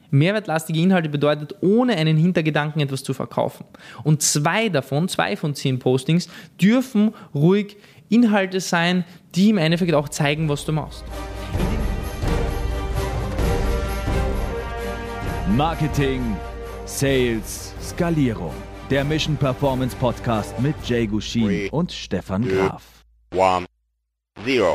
Mehrwertlastige Inhalte bedeutet, ohne einen Hintergedanken etwas zu verkaufen. Und 2 von 10 Postings dürfen ruhig Inhalte sein, die im Endeffekt auch zeigen, was du machst. Marketing, Sales, Skalierung. Der Mission Performance Podcast mit Jay Gushin und Stefan Graf. 1, 0.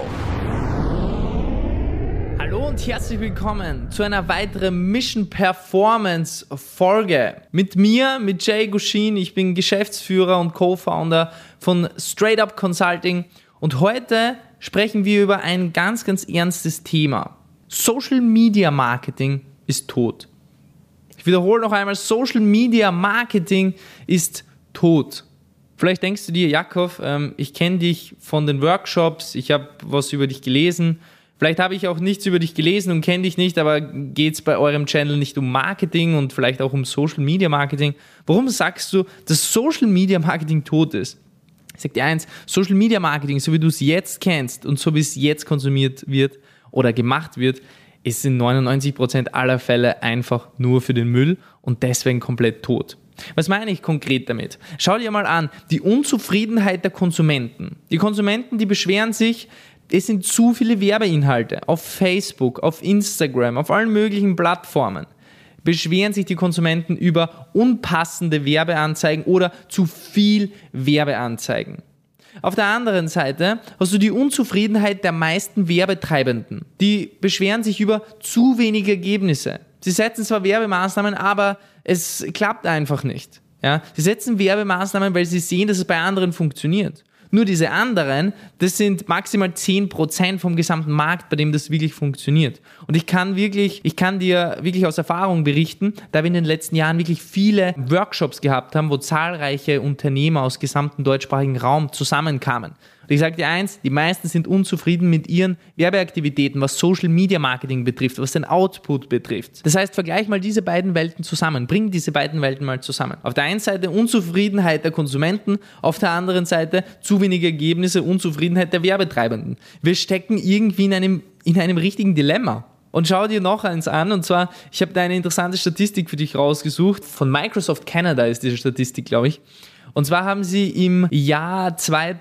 Hallo und herzlich willkommen zu einer weiteren Mission Performance Folge. Mit mir, mit Jay Gushin. Ich bin Geschäftsführer und Co-Founder von Straight Up Consulting. Und heute sprechen wir über ein ganz, ganz ernstes Thema. Social Media Marketing ist tot. Ich wiederhole noch einmal, Social Media Marketing ist tot. Vielleicht denkst du dir, Jakob, ich kenne dich von den Workshops, ich habe was über dich gelesen. Vielleicht habe ich auch nichts über dich gelesen und kenne dich nicht, aber geht es bei eurem Channel nicht um Marketing und vielleicht auch um Social Media Marketing? Warum sagst du, dass Social Media Marketing tot ist? Ich sage dir eins, Social Media Marketing, so wie du es jetzt kennst und so wie es jetzt konsumiert wird oder gemacht wird, ist in 99% aller Fälle einfach nur für den Müll und deswegen komplett tot. Was meine ich konkret damit? Schau dir mal an, die Unzufriedenheit der Konsumenten. Die Konsumenten, die beschweren sich, es sind zu viele Werbeinhalte auf Facebook, auf Instagram, auf allen möglichen Plattformen. Beschweren sich die Konsumenten über unpassende Werbeanzeigen oder zu viel Werbeanzeigen. Auf der anderen Seite hast du die Unzufriedenheit der meisten Werbetreibenden. Die beschweren sich über zu wenige Ergebnisse. Sie setzen zwar Werbemaßnahmen, aber es klappt einfach nicht. Ja? Sie setzen Werbemaßnahmen, weil sie sehen, dass es bei anderen funktioniert. Nur diese anderen, das sind maximal 10% vom gesamten Markt, bei dem das wirklich funktioniert. Und ich kann dir wirklich aus Erfahrung berichten, da wir in den letzten Jahren wirklich viele Workshops gehabt haben, wo zahlreiche Unternehmer aus gesamten deutschsprachigen Raum zusammenkamen. Und ich sage dir eins, die meisten sind unzufrieden mit ihren Werbeaktivitäten, was Social Media Marketing betrifft, was den Output betrifft. Das heißt, vergleich mal diese beiden Welten zusammen, bring diese beiden Welten mal zusammen. Auf der einen Seite Unzufriedenheit der Konsumenten, auf der anderen Seite zu wenige Ergebnisse, Unzufriedenheit der Werbetreibenden. Wir stecken irgendwie in einem richtigen Dilemma. Und schau dir noch eins an, und zwar, ich habe da eine interessante Statistik für dich rausgesucht, von Microsoft Canada ist diese Statistik, glaube ich. Und zwar haben sie im Jahr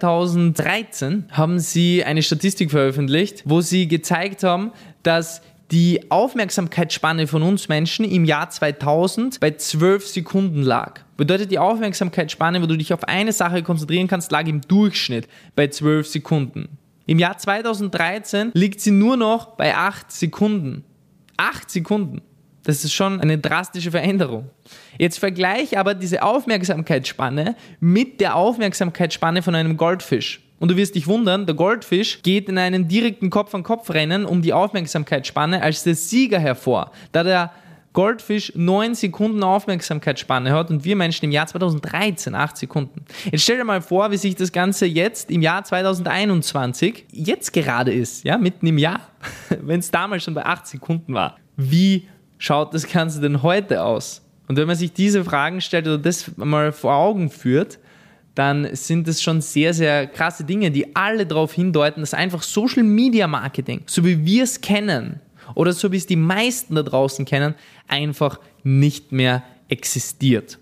2013 eine Statistik veröffentlicht, wo sie gezeigt haben, dass die Aufmerksamkeitsspanne von uns Menschen im Jahr 2000 bei 12 Sekunden lag. Bedeutet, die Aufmerksamkeitsspanne, wo du dich auf eine Sache konzentrieren kannst, lag im Durchschnitt bei 12 Sekunden. Im Jahr 2013 liegt sie nur noch bei 8 Sekunden. 8 Sekunden. Das ist schon eine drastische Veränderung. Jetzt vergleich aber diese Aufmerksamkeitsspanne mit der Aufmerksamkeitsspanne von einem Goldfisch. Und du wirst dich wundern, der Goldfisch geht in einen direkten Kopf-an-Kopf-Rennen um die Aufmerksamkeitsspanne als der Sieger hervor, da der Goldfisch 9 Sekunden Aufmerksamkeitsspanne hat und wir Menschen im Jahr 2013 8 Sekunden. Jetzt stell dir mal vor, wie sich das Ganze jetzt im Jahr 2021 jetzt gerade ist, ja, mitten im Jahr, wenn es damals schon bei 8 Sekunden war. Wie schaut das Ganze denn heute aus? Und wenn man sich diese Fragen stellt oder das mal vor Augen führt, dann sind das schon sehr, sehr krasse Dinge, die alle darauf hindeuten, dass einfach Social Media Marketing, so wie wir es kennen oder so wie es die meisten da draußen kennen, einfach nicht mehr existiert.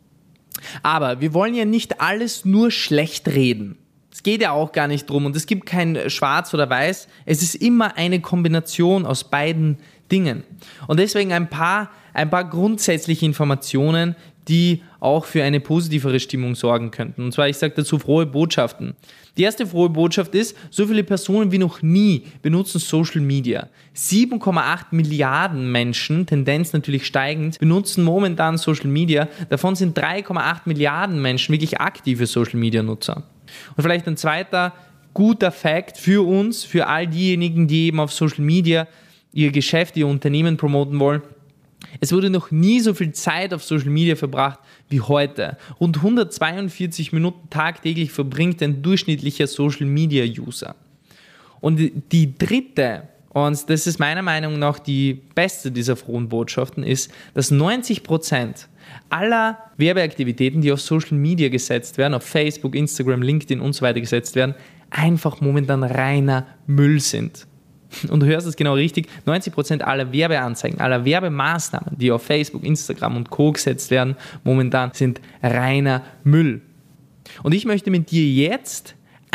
Aber wir wollen ja nicht alles nur schlecht reden. Es geht ja auch gar nicht drum und es gibt kein Schwarz oder Weiß. Es ist immer eine Kombination aus beiden Dingen. Und deswegen ein paar grundsätzliche Informationen, die auch für eine positivere Stimmung sorgen könnten. Und zwar, ich sage dazu frohe Botschaften. Die erste frohe Botschaft ist, so viele Personen wie noch nie benutzen Social Media. 7,8 Milliarden Menschen, Tendenz natürlich steigend, benutzen momentan Social Media. Davon sind 3,8 Milliarden Menschen wirklich aktive Social Media Nutzer. Und vielleicht ein zweiter guter Fact für uns, für all diejenigen, die eben auf Social Media ihr Geschäft, ihr Unternehmen promoten wollen. Es wurde noch nie so viel Zeit auf Social Media verbracht wie heute. Rund 142 Minuten tagtäglich verbringt ein durchschnittlicher Social Media User. Und die dritte, und das ist meiner Meinung nach die beste dieser frohen Botschaften, ist, dass 90% aller Werbeaktivitäten, die auf Social Media gesetzt werden, auf Facebook, Instagram, LinkedIn und so weiter gesetzt werden, einfach momentan reiner Müll sind. und du hörst es genau richtig, 90% aller Werbeanzeigen, aller Werbemaßnahmen, die auf Facebook, Instagram und Co. gesetzt werden, momentan sind reiner Müll. Und ich möchte mit dir jetzt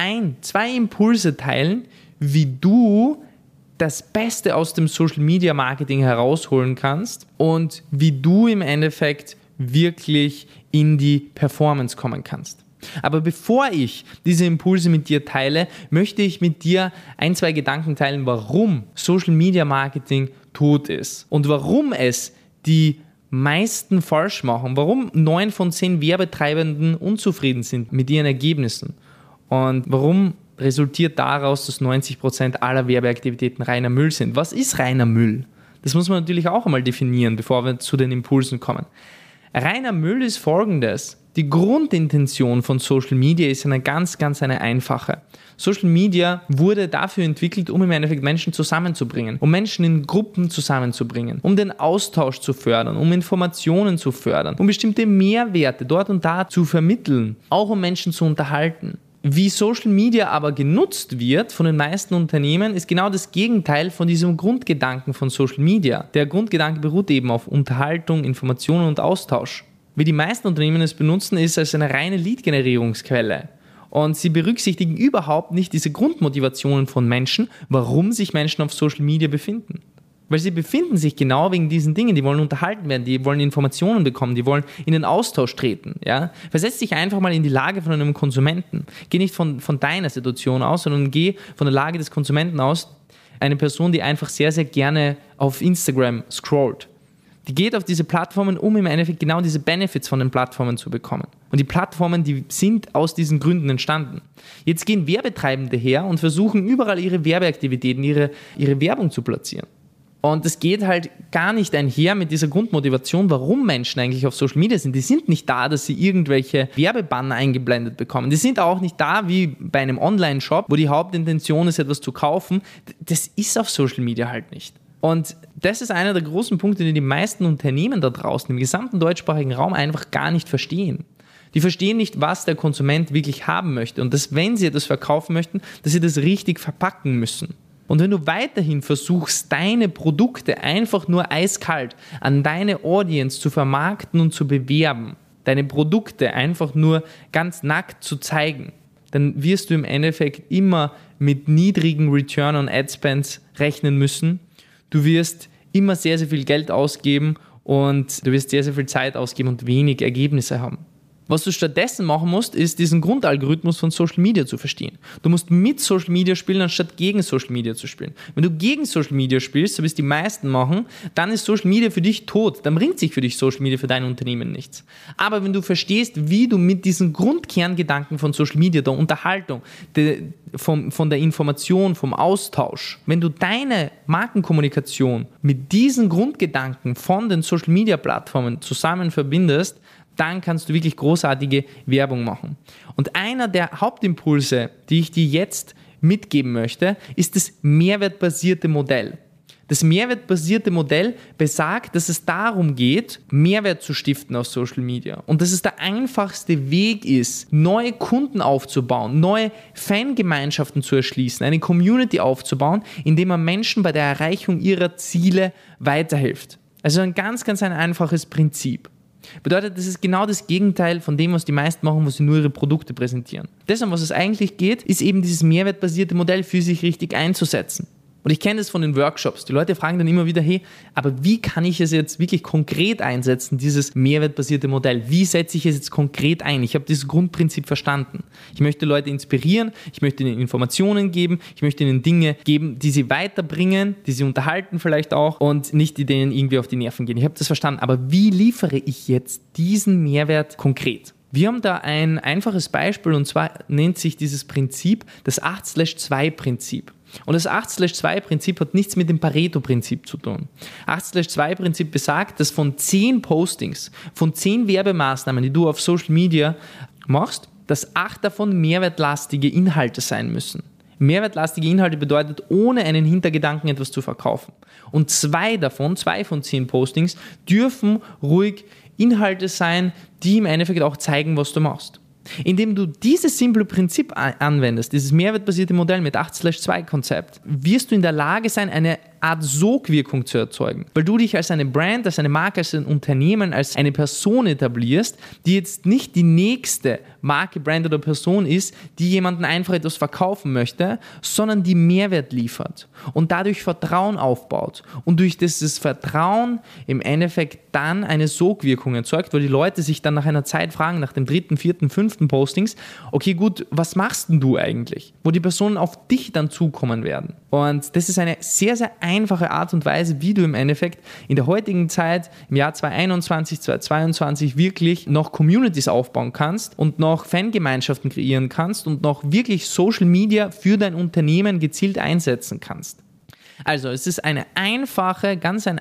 2 Impulse teilen, wie du das Beste aus dem Social Media Marketing herausholen kannst und wie du im Endeffekt wirklich in die Performance kommen kannst. Aber bevor ich diese Impulse mit dir teile, möchte ich mit dir 2 Gedanken teilen, warum Social Media Marketing tot ist und warum es die meisten falsch machen, warum 9 von 10 Werbetreibenden unzufrieden sind mit ihren Ergebnissen und warum resultiert daraus, dass 90% aller Werbeaktivitäten reiner Müll sind. Was ist reiner Müll? Das muss man natürlich auch einmal definieren, bevor wir zu den Impulsen kommen. Reiner Müll ist folgendes. Die Grundintention von Social Media ist eine ganz einfache. Social Media wurde dafür entwickelt, um im Endeffekt Menschen zusammenzubringen, um Menschen in Gruppen zusammenzubringen, um den Austausch zu fördern, um Informationen zu fördern, um bestimmte Mehrwerte dort und da zu vermitteln, auch um Menschen zu unterhalten. Wie Social Media aber genutzt wird von den meisten Unternehmen, ist genau das Gegenteil von diesem Grundgedanken von Social Media. Der Grundgedanke beruht eben auf Unterhaltung, Informationen und Austausch. Wie die meisten Unternehmen es benutzen, ist als eine reine Lead-Generierungsquelle. Und sie berücksichtigen überhaupt nicht diese Grundmotivationen von Menschen, warum sich Menschen auf Social Media befinden. Weil sie befinden sich genau wegen diesen Dingen, die wollen unterhalten werden, die wollen Informationen bekommen, die wollen in den Austausch treten. Ja? Versetz dich einfach mal in die Lage von einem Konsumenten. Geh nicht von deiner Situation aus, sondern geh von der Lage des Konsumenten aus. Eine Person, die einfach sehr gerne auf Instagram scrollt. Die geht auf diese Plattformen, um im Endeffekt genau diese Benefits von den Plattformen zu bekommen. Und die Plattformen, die sind aus diesen Gründen entstanden. Jetzt gehen Werbetreibende her und versuchen überall ihre Werbeaktivitäten, ihre Werbung zu platzieren. Und das geht halt gar nicht einher mit dieser Grundmotivation, warum Menschen eigentlich auf Social Media sind. Die sind nicht da, dass sie irgendwelche Werbebanner eingeblendet bekommen. Die sind auch nicht da wie bei einem Online-Shop, wo die Hauptintention ist, etwas zu kaufen. Das ist auf Social Media halt nicht. Und das ist einer der großen Punkte, die meisten Unternehmen da draußen im gesamten deutschsprachigen Raum einfach gar nicht verstehen. Die verstehen nicht, was der Konsument wirklich haben möchte und dass, wenn sie etwas verkaufen möchten, dass sie das richtig verpacken müssen. Und wenn du weiterhin versuchst, deine Produkte einfach nur eiskalt an deine Audience zu vermarkten und zu bewerben, deine Produkte einfach nur ganz nackt zu zeigen, dann wirst du im Endeffekt immer mit niedrigen Return on Ad Spends rechnen müssen. Du wirst immer sehr viel Geld ausgeben und du wirst sehr viel Zeit ausgeben und wenig Ergebnisse haben. Was du stattdessen machen musst, ist diesen Grundalgorithmus von Social Media zu verstehen. Du musst mit Social Media spielen, anstatt gegen Social Media zu spielen. Wenn du gegen Social Media spielst, so wie es die meisten machen, dann ist Social Media für dich tot. Dann bringt sich für dich Social Media für dein Unternehmen nichts. Aber wenn du verstehst, wie du mit diesen Grundkerngedanken von Social Media, der Unterhaltung, von der Information, vom Austausch, wenn du deine Markenkommunikation mit diesen Grundgedanken von den Social Media Plattformen zusammen verbindest, dann kannst du wirklich großartige Werbung machen. Und einer der Hauptimpulse, die ich dir jetzt mitgeben möchte, ist das mehrwertbasierte Modell. Das mehrwertbasierte Modell besagt, dass es darum geht, Mehrwert zu stiften auf Social Media und dass es der einfachste Weg ist, neue Kunden aufzubauen, neue Fangemeinschaften zu erschließen, eine Community aufzubauen, indem man Menschen bei der Erreichung ihrer Ziele weiterhilft. Also ein ganz ein einfaches Prinzip. Bedeutet, das ist genau das Gegenteil von dem, was die meisten machen, wo sie nur ihre Produkte präsentieren. Das, um was es eigentlich geht, ist eben dieses mehrwertbasierte Modell für sich richtig einzusetzen. Und ich kenne das von den Workshops. Die Leute fragen dann immer wieder, hey, aber wie kann ich es jetzt wirklich konkret einsetzen, dieses mehrwertbasierte Modell? Wie setze ich es jetzt konkret ein? Ich habe dieses Grundprinzip verstanden. Ich möchte Leute inspirieren, ich möchte ihnen Informationen geben, ich möchte ihnen Dinge geben, die sie weiterbringen, die sie unterhalten vielleicht auch und nicht die denen irgendwie auf die Nerven gehen. Ich habe das verstanden. Aber wie liefere ich jetzt diesen Mehrwert konkret? Wir haben da ein einfaches Beispiel und zwar nennt sich dieses Prinzip das 8/2-Prinzip. Und das 8/2-Prinzip hat nichts mit dem Pareto-Prinzip zu tun. 8/2-Prinzip besagt, dass von 10 Postings, von 10 Werbemaßnahmen, die du auf Social Media machst, dass 8 davon mehrwertlastige Inhalte sein müssen. Mehrwertlastige Inhalte bedeutet, ohne einen Hintergedanken etwas zu verkaufen. Und 2 von 10 Postings dürfen ruhig Inhalte sein, die im Endeffekt auch zeigen, was du machst. Indem du dieses simple Prinzip anwendest, dieses mehrwertbasierte Modell mit 8/2-Konzept, wirst du in der Lage sein, eine Art Sogwirkung zu erzeugen, weil du dich als eine Brand, als eine Marke, als ein Unternehmen, als eine Person etablierst, die jetzt nicht die nächste Marke, Brand oder Person ist, die jemanden einfach etwas verkaufen möchte, sondern die Mehrwert liefert und dadurch Vertrauen aufbaut und durch dieses Vertrauen im Endeffekt dann eine Sogwirkung erzeugt, weil die Leute sich dann nach einer Zeit fragen, nach dem 3., 4., 5. Postings, okay gut, was machst denn du eigentlich? Wo die Personen auf dich dann zukommen werden. Und das ist eine sehr, sehr einfache Art und Weise, wie du im Endeffekt in der heutigen Zeit, im Jahr 2021, 2022 wirklich noch Communities aufbauen kannst und noch Fangemeinschaften kreieren kannst und noch wirklich Social Media für dein Unternehmen gezielt einsetzen kannst. Also es ist eine einfache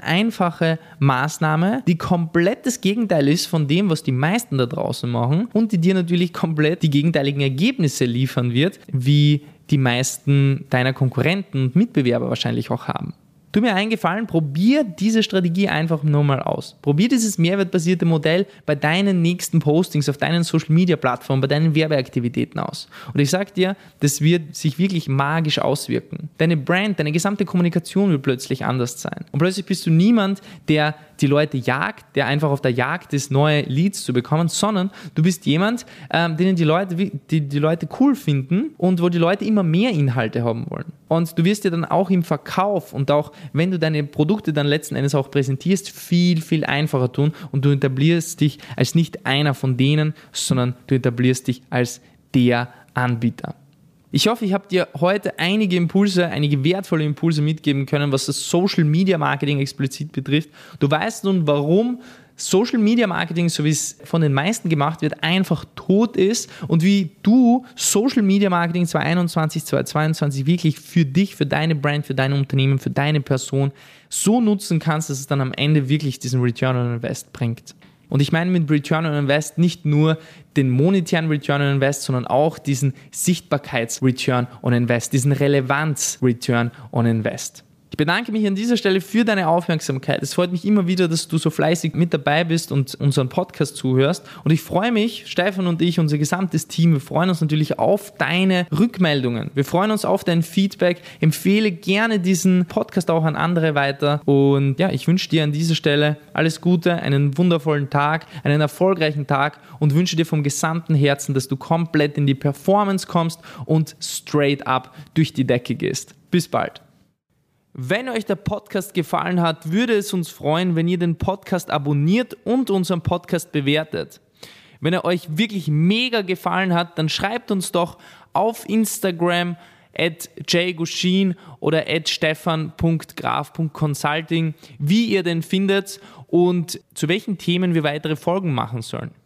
Maßnahme, die komplett das Gegenteil ist von dem, was die meisten da draußen machen und die dir natürlich komplett die gegenteiligen Ergebnisse liefern wird, wie die meisten deiner Konkurrenten und Mitbewerber wahrscheinlich auch haben. Tu mir einen Gefallen, probier diese Strategie einfach nur mal aus. Probier dieses mehrwertbasierte Modell bei deinen nächsten Postings auf deinen Social-Media-Plattformen, bei deinen Werbeaktivitäten aus. Und ich sag dir, das wird sich wirklich magisch auswirken. Deine Brand, deine gesamte Kommunikation wird plötzlich anders sein. Und plötzlich bist du niemand, der die Leute jagt, der einfach auf der Jagd ist, neue Leads zu bekommen, sondern du bist jemand, denen die Leute cool finden und wo die Leute immer mehr Inhalte haben wollen. Und du wirst dir dann auch im Verkauf und auch, wenn du deine Produkte dann letzten Endes auch präsentierst, viel, viel einfacher tun und du etablierst dich als nicht einer von denen, sondern du etablierst dich als der Anbieter. Ich hoffe, ich habe dir heute einige wertvolle Impulse mitgeben können, was das Social Media Marketing explizit betrifft. Du weißt nun, warum Social Media Marketing, so wie es von den meisten gemacht wird, einfach tot ist und wie du Social Media Marketing 2021, 2022 wirklich für dich, für deine Brand, für dein Unternehmen, für deine Person so nutzen kannst, dass es dann am Ende wirklich diesen Return on Invest bringt. Und ich meine mit Return on Invest nicht nur den monetären Return on Invest, sondern auch diesen Sichtbarkeits-Return on Invest, diesen Relevanz-Return on Invest. Ich bedanke mich an dieser Stelle für deine Aufmerksamkeit. Es freut mich immer wieder, dass du so fleißig mit dabei bist und unseren Podcast zuhörst. Und ich freue mich, Stefan und ich, unser gesamtes Team, wir freuen uns natürlich auf deine Rückmeldungen. Wir freuen uns auf dein Feedback. Empfehle gerne diesen Podcast auch an andere weiter. Und ja, ich wünsche dir an dieser Stelle alles Gute, einen wundervollen Tag, einen erfolgreichen Tag und wünsche dir vom gesamten Herzen, dass du komplett in die Performance kommst und straight up durch die Decke gehst. Bis bald. Wenn euch der Podcast gefallen hat, würde es uns freuen, wenn ihr den Podcast abonniert und unseren Podcast bewertet. Wenn er euch wirklich mega gefallen hat, dann schreibt uns doch auf Instagram @jgushin oder @stefan.graf.consulting, wie ihr den findet und zu welchen Themen wir weitere Folgen machen sollen.